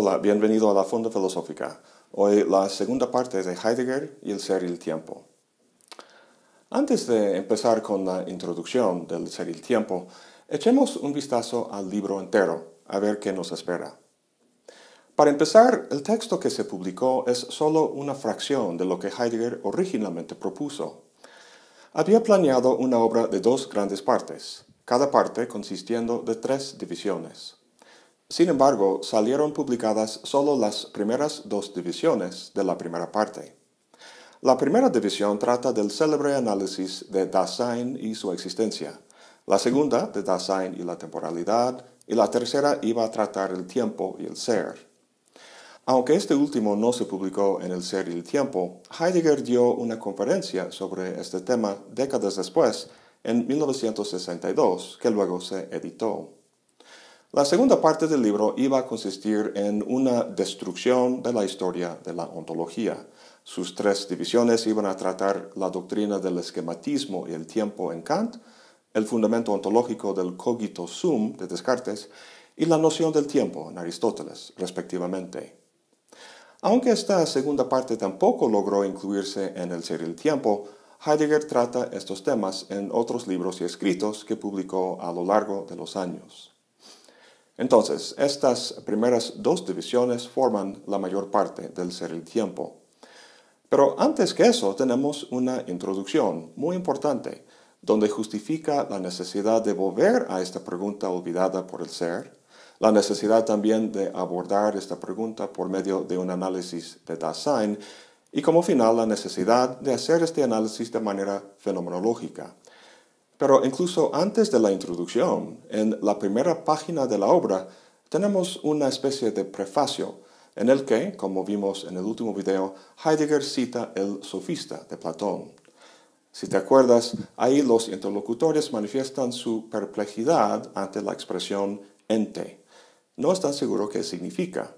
Hola, bienvenido a la Fonda Filosófica. Hoy la segunda parte de Heidegger y el ser y el tiempo. Antes de empezar con la introducción del ser y el tiempo, echemos un vistazo al libro entero, a ver qué nos espera. Para empezar, el texto que se publicó es solo una fracción de lo que Heidegger originalmente propuso. Había planeado una obra de dos grandes partes, cada parte consistiendo de 3 divisiones. Sin embargo, salieron publicadas solo las primeras 2 divisiones de la primera parte. La primera división trata del célebre análisis de Dasein y su existencia, la segunda de Dasein y la temporalidad, y la tercera iba a tratar el tiempo y el ser. Aunque este último no se publicó en El ser y el tiempo, Heidegger dio una conferencia sobre este tema décadas después, en 1962, que luego se editó. La segunda parte del libro iba a consistir en una destrucción de la historia de la ontología. Sus 3 divisiones iban a tratar la doctrina del esquematismo y el tiempo en Kant, el fundamento ontológico del cogito sum de Descartes y la noción del tiempo en Aristóteles, respectivamente. Aunque esta segunda parte tampoco logró incluirse en El ser y el tiempo, Heidegger trata estos temas en otros libros y escritos que publicó a lo largo de los años. Entonces, estas primeras 2 divisiones forman la mayor parte del ser y el tiempo. Pero antes que eso tenemos una introducción muy importante, donde justifica la necesidad de volver a esta pregunta olvidada por el ser, la necesidad también de abordar esta pregunta por medio de un análisis de Dasein, y como final la necesidad de hacer este análisis de manera fenomenológica. Pero incluso antes de la introducción, en la primera página de la obra, tenemos una especie de prefacio, en el que, como vimos en el último video, Heidegger cita el Sofista de Platón. Si te acuerdas, ahí los interlocutores manifiestan su perplejidad ante la expresión ente. No están seguros qué significa.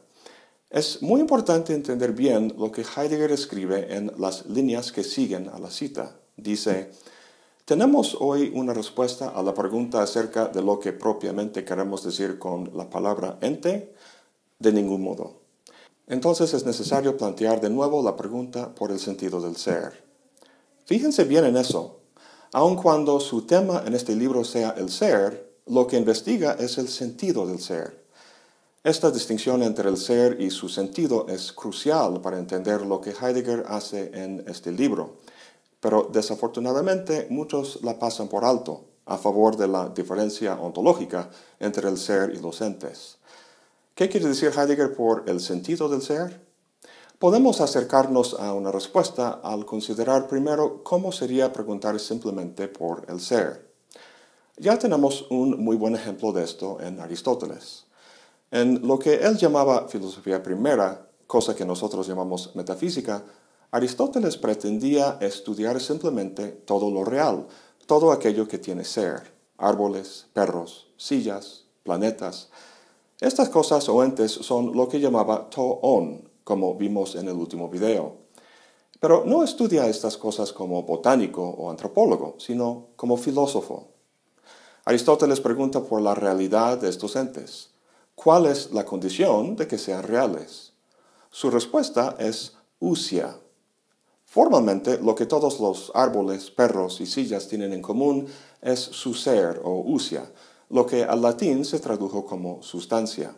Es muy importante entender bien lo que Heidegger escribe en las líneas que siguen a la cita. Dice: tenemos hoy una respuesta a la pregunta acerca de lo que propiamente queremos decir con la palabra ente. De ningún modo. Entonces es necesario plantear de nuevo la pregunta por el sentido del ser. Fíjense bien en eso. Aun cuando su tema en este libro sea el ser, lo que investiga es el sentido del ser. Esta distinción entre el ser y su sentido es crucial para entender lo que Heidegger hace en este libro. Pero desafortunadamente muchos la pasan por alto, a favor de la diferencia ontológica entre el ser y los entes. ¿Qué quiere decir Heidegger por el sentido del ser? Podemos acercarnos a una respuesta al considerar primero cómo sería preguntar simplemente por el ser. Ya tenemos un muy buen ejemplo de esto en Aristóteles. En lo que él llamaba filosofía primera, cosa que nosotros llamamos metafísica, Aristóteles pretendía estudiar simplemente todo lo real, todo aquello que tiene ser, árboles, perros, sillas, planetas. Estas cosas o entes son lo que llamaba to-on, como vimos en el último video. Pero no estudia estas cosas como botánico o antropólogo, sino como filósofo. Aristóteles pregunta por la realidad de estos entes. ¿Cuál es la condición de que sean reales? Su respuesta es ousia. Formalmente, lo que todos los árboles, perros y sillas tienen en común es su ser o ousia, lo que al latín se tradujo como sustancia.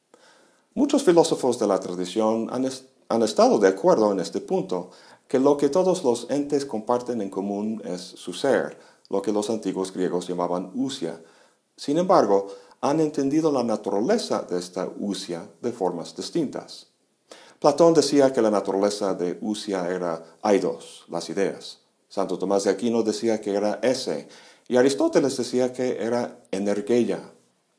Muchos filósofos de la tradición han estado de acuerdo en este punto, que lo que todos los entes comparten en común es su ser, lo que los antiguos griegos llamaban ousia. Sin embargo, han entendido la naturaleza de esta ousia de formas distintas. Platón decía que la naturaleza de ousia era eidos, las ideas. Santo Tomás de Aquino decía que era esse, y Aristóteles decía que era energeia.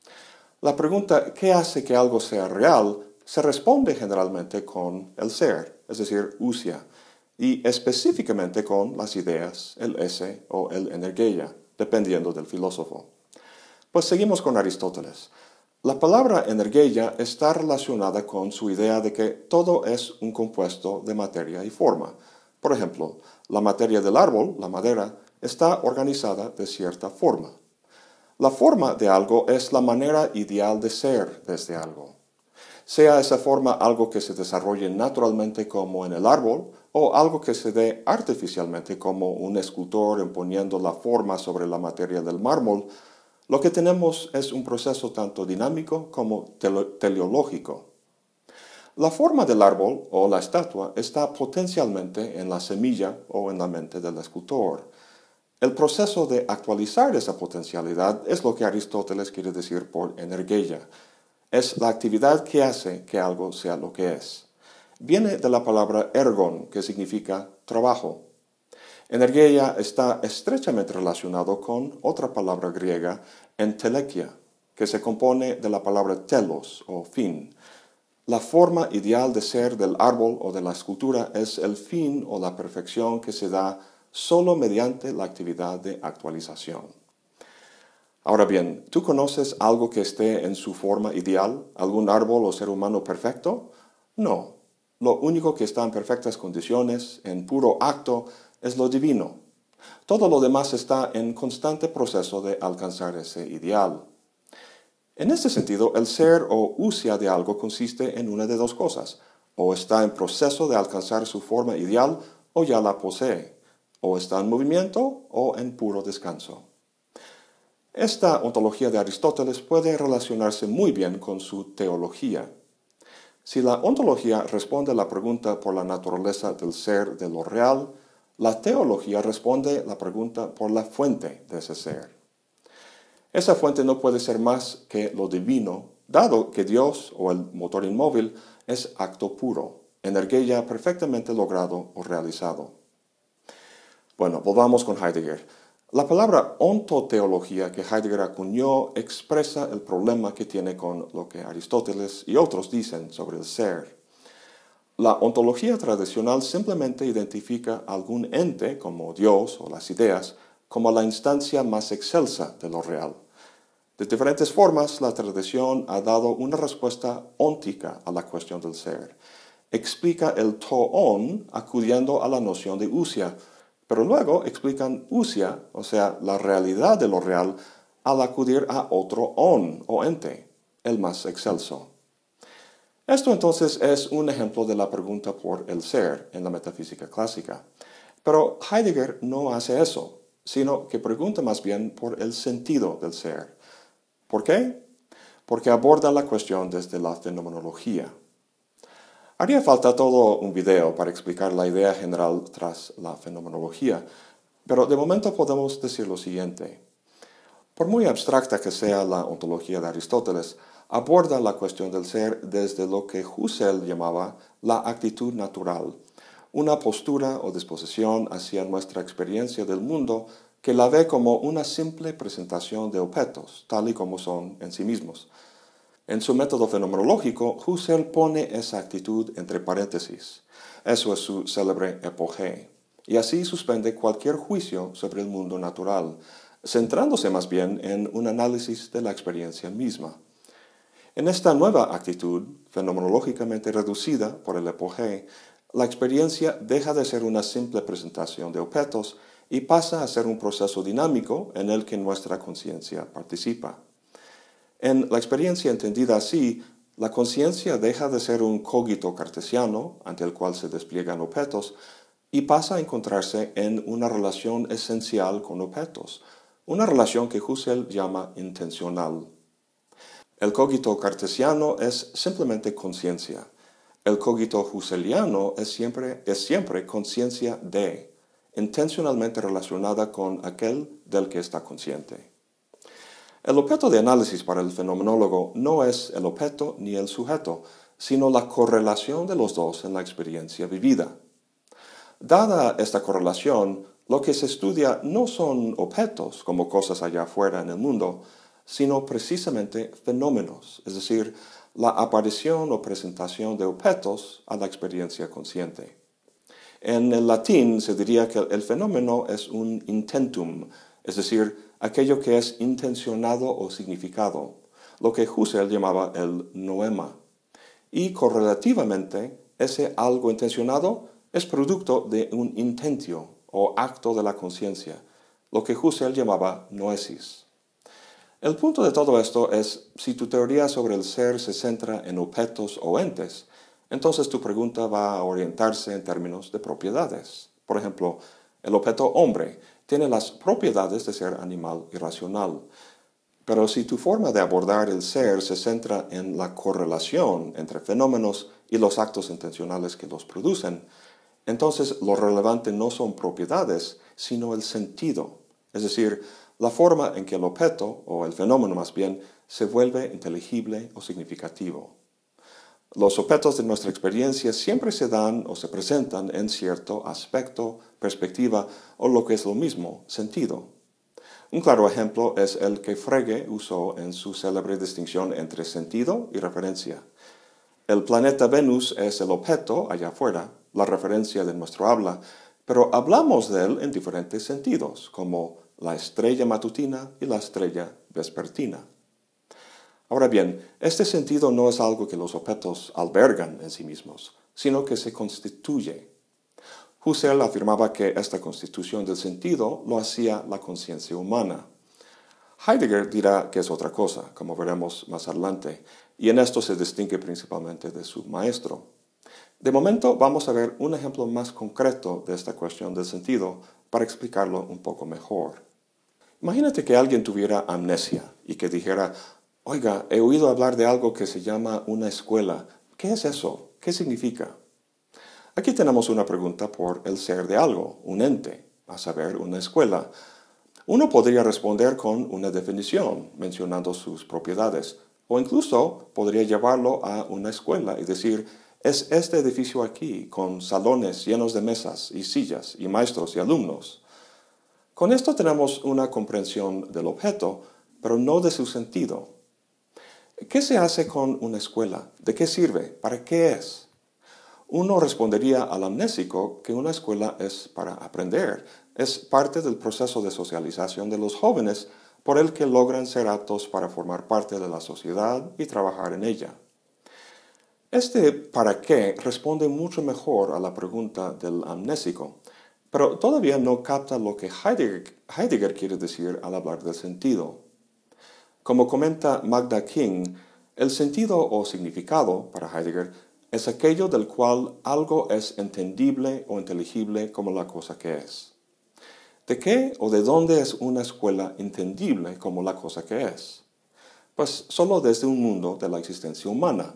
La pregunta ¿qué hace que algo sea real? Se responde generalmente con el ser, es decir, ousia, y específicamente con las ideas, el esse o el energeia, dependiendo del filósofo. Pues seguimos con Aristóteles. La palabra energeia está relacionada con su idea de que todo es un compuesto de materia y forma. Por ejemplo, la materia del árbol, la madera, está organizada de cierta forma. La forma de algo es la manera ideal de ser de este algo. sea esa forma algo que se desarrolle naturalmente como en el árbol o algo que se dé artificialmente como un escultor imponiendo la forma sobre la materia del mármol, lo que tenemos es un proceso tanto dinámico como teleológico. La forma del árbol o la estatua está potencialmente en la semilla o en la mente del escultor. El proceso de actualizar esa potencialidad es lo que Aristóteles quiere decir por energeia. Es la actividad que hace que algo sea lo que es. Viene de la palabra ergon, que significa trabajo. Energeia está estrechamente relacionado con otra palabra griega, entelequia, que se compone de la palabra telos o fin. La forma ideal de ser del árbol o de la escultura es el fin o la perfección que se da solo mediante la actividad de actualización. Ahora bien, ¿tú conoces algo que esté en su forma ideal? ¿Algún árbol o ser humano perfecto? No. Lo único que está en perfectas condiciones, en puro acto, es lo divino. Todo lo demás está en constante proceso de alcanzar ese ideal. En este sentido, el ser o usia de algo consiste en una de dos cosas. O está en proceso de alcanzar su forma ideal o ya la posee. O está en movimiento o en puro descanso. Esta ontología de Aristóteles puede relacionarse muy bien con su teología. Si la ontología responde a la pregunta por la naturaleza del ser de lo real, la teología responde la pregunta por la fuente de ese ser. Esa fuente no puede ser más que lo divino, dado que Dios, o el motor inmóvil, es acto puro, energía perfectamente logrado o realizado. Bueno, volvamos con Heidegger. La palabra ontoteología que Heidegger acuñó expresa el problema que tiene con lo que Aristóteles y otros dicen sobre el ser. La ontología tradicional simplemente identifica algún ente, como Dios o las ideas, como la instancia más excelsa de lo real. De diferentes formas, la tradición ha dado una respuesta óntica a la cuestión del ser. Explica el toon acudiendo a la noción de usia, pero luego explican usia, o sea, la realidad de lo real, al acudir a otro on o ente, el más excelso. Esto entonces es un ejemplo de la pregunta por el ser en la metafísica clásica. Pero Heidegger no hace eso, sino que pregunta más bien por el sentido del ser. ¿Por qué? Porque aborda la cuestión desde la fenomenología. Haría falta todo un video para explicar la idea general tras la fenomenología, pero de momento podemos decir lo siguiente. Por muy abstracta que sea la ontología de Aristóteles, aborda la cuestión del ser desde lo que Husserl llamaba la actitud natural, una postura o disposición hacia nuestra experiencia del mundo que la ve como una simple presentación de objetos, tal y como son en sí mismos. En su método fenomenológico, Husserl pone esa actitud entre paréntesis. Eso es su célebre epogé. Y así suspende cualquier juicio sobre el mundo natural, centrándose más bien en un análisis de la experiencia misma. En esta nueva actitud, fenomenológicamente reducida por el epogé, la experiencia deja de ser una simple presentación de objetos y pasa a ser un proceso dinámico en el que nuestra conciencia participa. En la experiencia entendida así, la conciencia deja de ser un cogito cartesiano ante el cual se despliegan objetos y pasa a encontrarse en una relación esencial con objetos, una relación que Husserl llama intencional. El cogito cartesiano es simplemente conciencia. El cogito husserliano es siempre conciencia de, intencionalmente relacionada con aquel del que está consciente. El objeto de análisis para el fenomenólogo no es el objeto ni el sujeto, sino la correlación de los dos en la experiencia vivida. Dada esta correlación, lo que se estudia no son objetos como cosas allá afuera en el mundo, sino precisamente fenómenos, es decir, la aparición o presentación de objetos a la experiencia consciente. En el latín se diría que el fenómeno es un intentum, es decir, aquello que es intencionado o significado, lo que Husserl llamaba el noema. Y correlativamente, ese algo intencionado es producto de un intentio o acto de la conciencia, lo que Husserl llamaba noesis. El punto de todo esto es, si tu teoría sobre el ser se centra en objetos o entes, entonces tu pregunta va a orientarse en términos de propiedades. Por ejemplo, el objeto hombre tiene las propiedades de ser animal y racional. Pero si tu forma de abordar el ser se centra en la correlación entre fenómenos y los actos intencionales que los producen, entonces lo relevante no son propiedades, sino el sentido, es decir, la forma en que el objeto, o el fenómeno más bien, se vuelve inteligible o significativo. Los objetos de nuestra experiencia siempre se dan o se presentan en cierto aspecto, perspectiva o lo que es lo mismo, sentido. Un claro ejemplo es el que Frege usó en su célebre distinción entre sentido y referencia. El planeta Venus es el objeto allá afuera, la referencia de nuestro habla, pero hablamos de él en diferentes sentidos, como la estrella matutina y la estrella vespertina. Ahora bien, este sentido no es algo que los objetos albergan en sí mismos, sino que se constituye. Husserl afirmaba que esta constitución del sentido lo hacía la conciencia humana. Heidegger dirá que es otra cosa, como veremos más adelante, y en esto se distingue principalmente de su maestro. De momento vamos a ver un ejemplo más concreto de esta cuestión del sentido para explicarlo un poco mejor. Imagínate que alguien tuviera amnesia y que dijera, oiga, he oído hablar de algo que se llama una escuela. ¿Qué es eso? ¿Qué significa? Aquí tenemos una pregunta por el ser de algo, un ente, a saber, una escuela. Uno podría responder con una definición, mencionando sus propiedades, o incluso podría llevarlo a una escuela y decir, es este edificio aquí, con salones llenos de mesas y sillas y maestros y alumnos. Con esto tenemos una comprensión del objeto, pero no de su sentido. ¿Qué se hace con una escuela? ¿De qué sirve? ¿Para qué es? Uno respondería al amnésico que una escuela es para aprender, es parte del proceso de socialización de los jóvenes por el que logran ser aptos para formar parte de la sociedad y trabajar en ella. Este ¿para qué? Responde mucho mejor a la pregunta del amnésico, pero todavía no capta lo que Heidegger quiere decir al hablar del sentido. Como comenta Magda King, el sentido o significado, para Heidegger, es aquello del cual algo es entendible o inteligible como la cosa que es. ¿De qué o de dónde es una escuela entendible como la cosa que es? Pues solo desde un mundo de la existencia humana.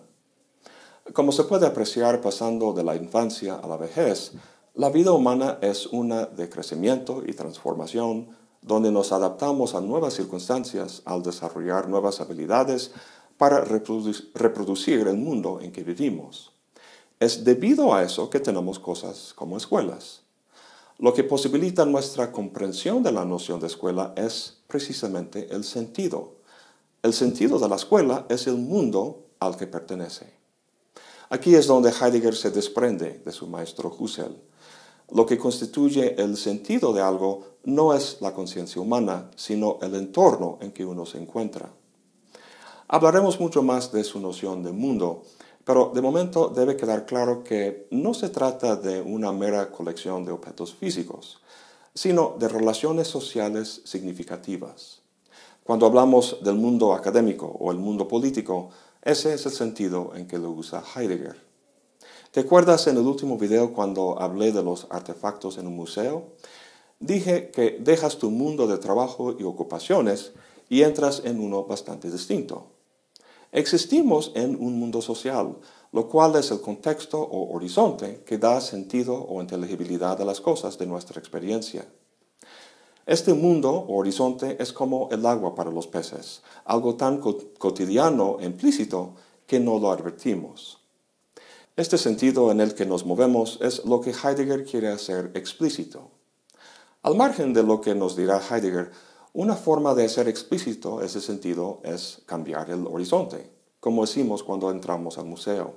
Como se puede apreciar pasando de la infancia a la vejez, la vida humana es una de crecimiento y transformación, donde nos adaptamos a nuevas circunstancias al desarrollar nuevas habilidades para reproducir el mundo en que vivimos. Es debido a eso que tenemos cosas como escuelas. Lo que posibilita nuestra comprensión de la noción de escuela es precisamente el sentido. El sentido de la escuela es el mundo al que pertenece. Aquí es donde Heidegger se desprende de su maestro Husserl. Lo que constituye el sentido de algo no es la conciencia humana, sino el entorno en que uno se encuentra. Hablaremos mucho más de su noción de mundo, pero de momento debe quedar claro que no se trata de una mera colección de objetos físicos, sino de relaciones sociales significativas. Cuando hablamos del mundo académico o el mundo político, ese es el sentido en que lo usa Heidegger. ¿Te acuerdas en el último video cuando hablé de los artefactos en un museo? Dije que dejas tu mundo de trabajo y ocupaciones y entras en uno bastante distinto. Existimos en un mundo social, lo cual es el contexto o horizonte que da sentido o inteligibilidad a las cosas de nuestra experiencia. Este mundo o horizonte es como el agua para los peces, algo tan cotidiano e implícito que no lo advertimos. Este sentido en el que nos movemos es lo que Heidegger quiere hacer explícito. Al margen de lo que nos dirá Heidegger, una forma de hacer explícito ese sentido es cambiar el horizonte, como decimos cuando entramos al museo.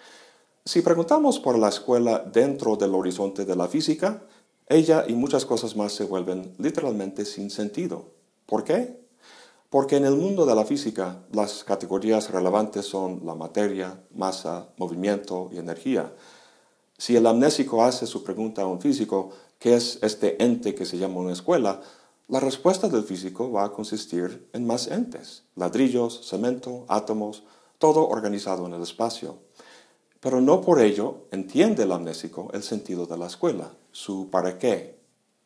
Si preguntamos por la escuela dentro del horizonte de la física, ella y muchas cosas más se vuelven literalmente sin sentido. ¿Por qué? Porque en el mundo de la física las categorías relevantes son la materia, masa, movimiento y energía. Si el amnésico hace su pregunta a un físico, ¿qué es este ente que se llama una escuela?, La respuesta del físico va a consistir en más entes, ladrillos, cemento, átomos, todo organizado en el espacio. Pero no por ello entiende el amnésico el sentido de la escuela, su para qué.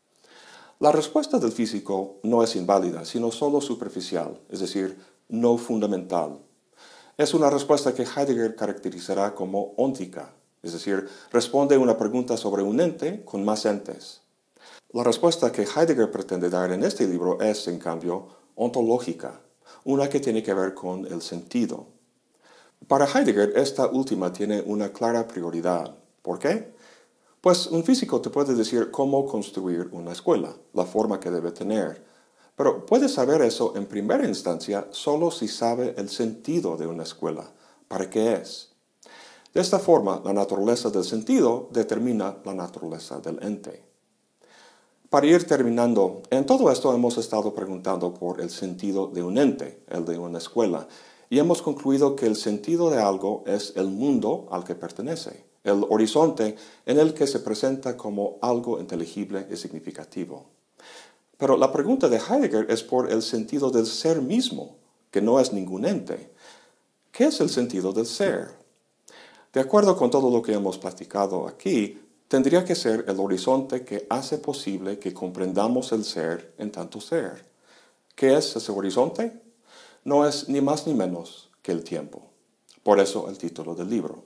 La respuesta del físico no es inválida, sino solo superficial, es decir, no fundamental. Es una respuesta que Heidegger caracterizará como óntica, es decir, responde a una pregunta sobre un ente con más entes. La respuesta que Heidegger pretende dar en este libro es, en cambio, ontológica, una que tiene que ver con el sentido. Para Heidegger, esta última tiene una clara prioridad. ¿Por qué? Pues un físico te puede decir cómo construir una escuela, la forma que debe tener, pero puede saber eso en primera instancia solo si sabe el sentido de una escuela, para qué es. De esta forma, la naturaleza del sentido determina la naturaleza del ente. Para ir terminando, en todo esto hemos estado preguntando por el sentido de un ente, el de una escuela, y hemos concluido que el sentido de algo es el mundo al que pertenece, el horizonte en el que se presenta como algo inteligible y significativo. Pero la pregunta de Heidegger es por el sentido del ser mismo, que no es ningún ente. ¿Qué es el sentido del ser? De acuerdo con todo lo que hemos platicado aquí, tendría que ser el horizonte que hace posible que comprendamos el ser en tanto ser. ¿Qué es ese horizonte? No es ni más ni menos que el tiempo. Por eso el título del libro.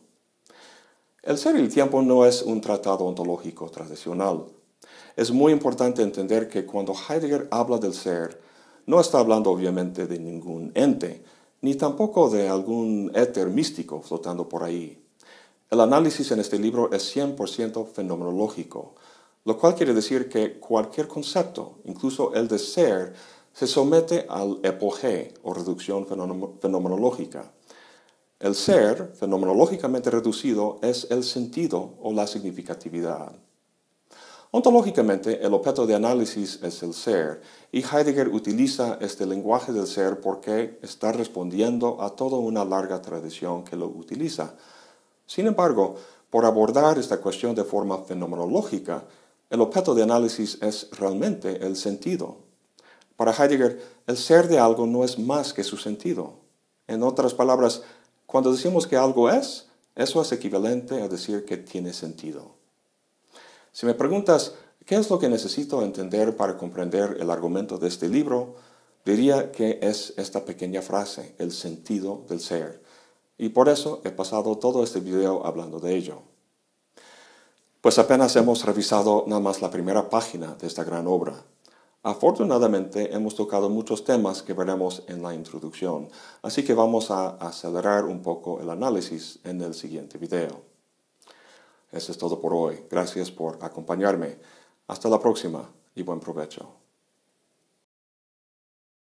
El ser y el tiempo no es un tratado ontológico tradicional. Es muy importante entender que cuando Heidegger habla del ser, no está hablando obviamente de ningún ente, ni tampoco de algún éter místico flotando por ahí. El análisis en este libro es 100% fenomenológico, lo cual quiere decir que cualquier concepto, incluso el de ser, se somete al epogé o reducción fenomenológica. El ser, fenomenológicamente reducido, es el sentido o la significatividad. Ontológicamente, el objeto de análisis es el ser, y Heidegger utiliza este lenguaje del ser porque está respondiendo a toda una larga tradición que lo utiliza. Sin embargo, por abordar esta cuestión de forma fenomenológica, el objeto de análisis es realmente el sentido. Para Heidegger, el ser de algo no es más que su sentido. En otras palabras, cuando decimos que algo es, eso es equivalente a decir que tiene sentido. Si me preguntas qué es lo que necesito entender para comprender el argumento de este libro, diría que es esta pequeña frase, el sentido del ser. Y por eso he pasado todo este video hablando de ello. Pues apenas hemos revisado nada más la primera página de esta gran obra. Afortunadamente hemos tocado muchos temas que veremos en la introducción, así que vamos a acelerar un poco el análisis en el siguiente video. Eso es todo por hoy. Gracias por acompañarme. Hasta la próxima y buen provecho.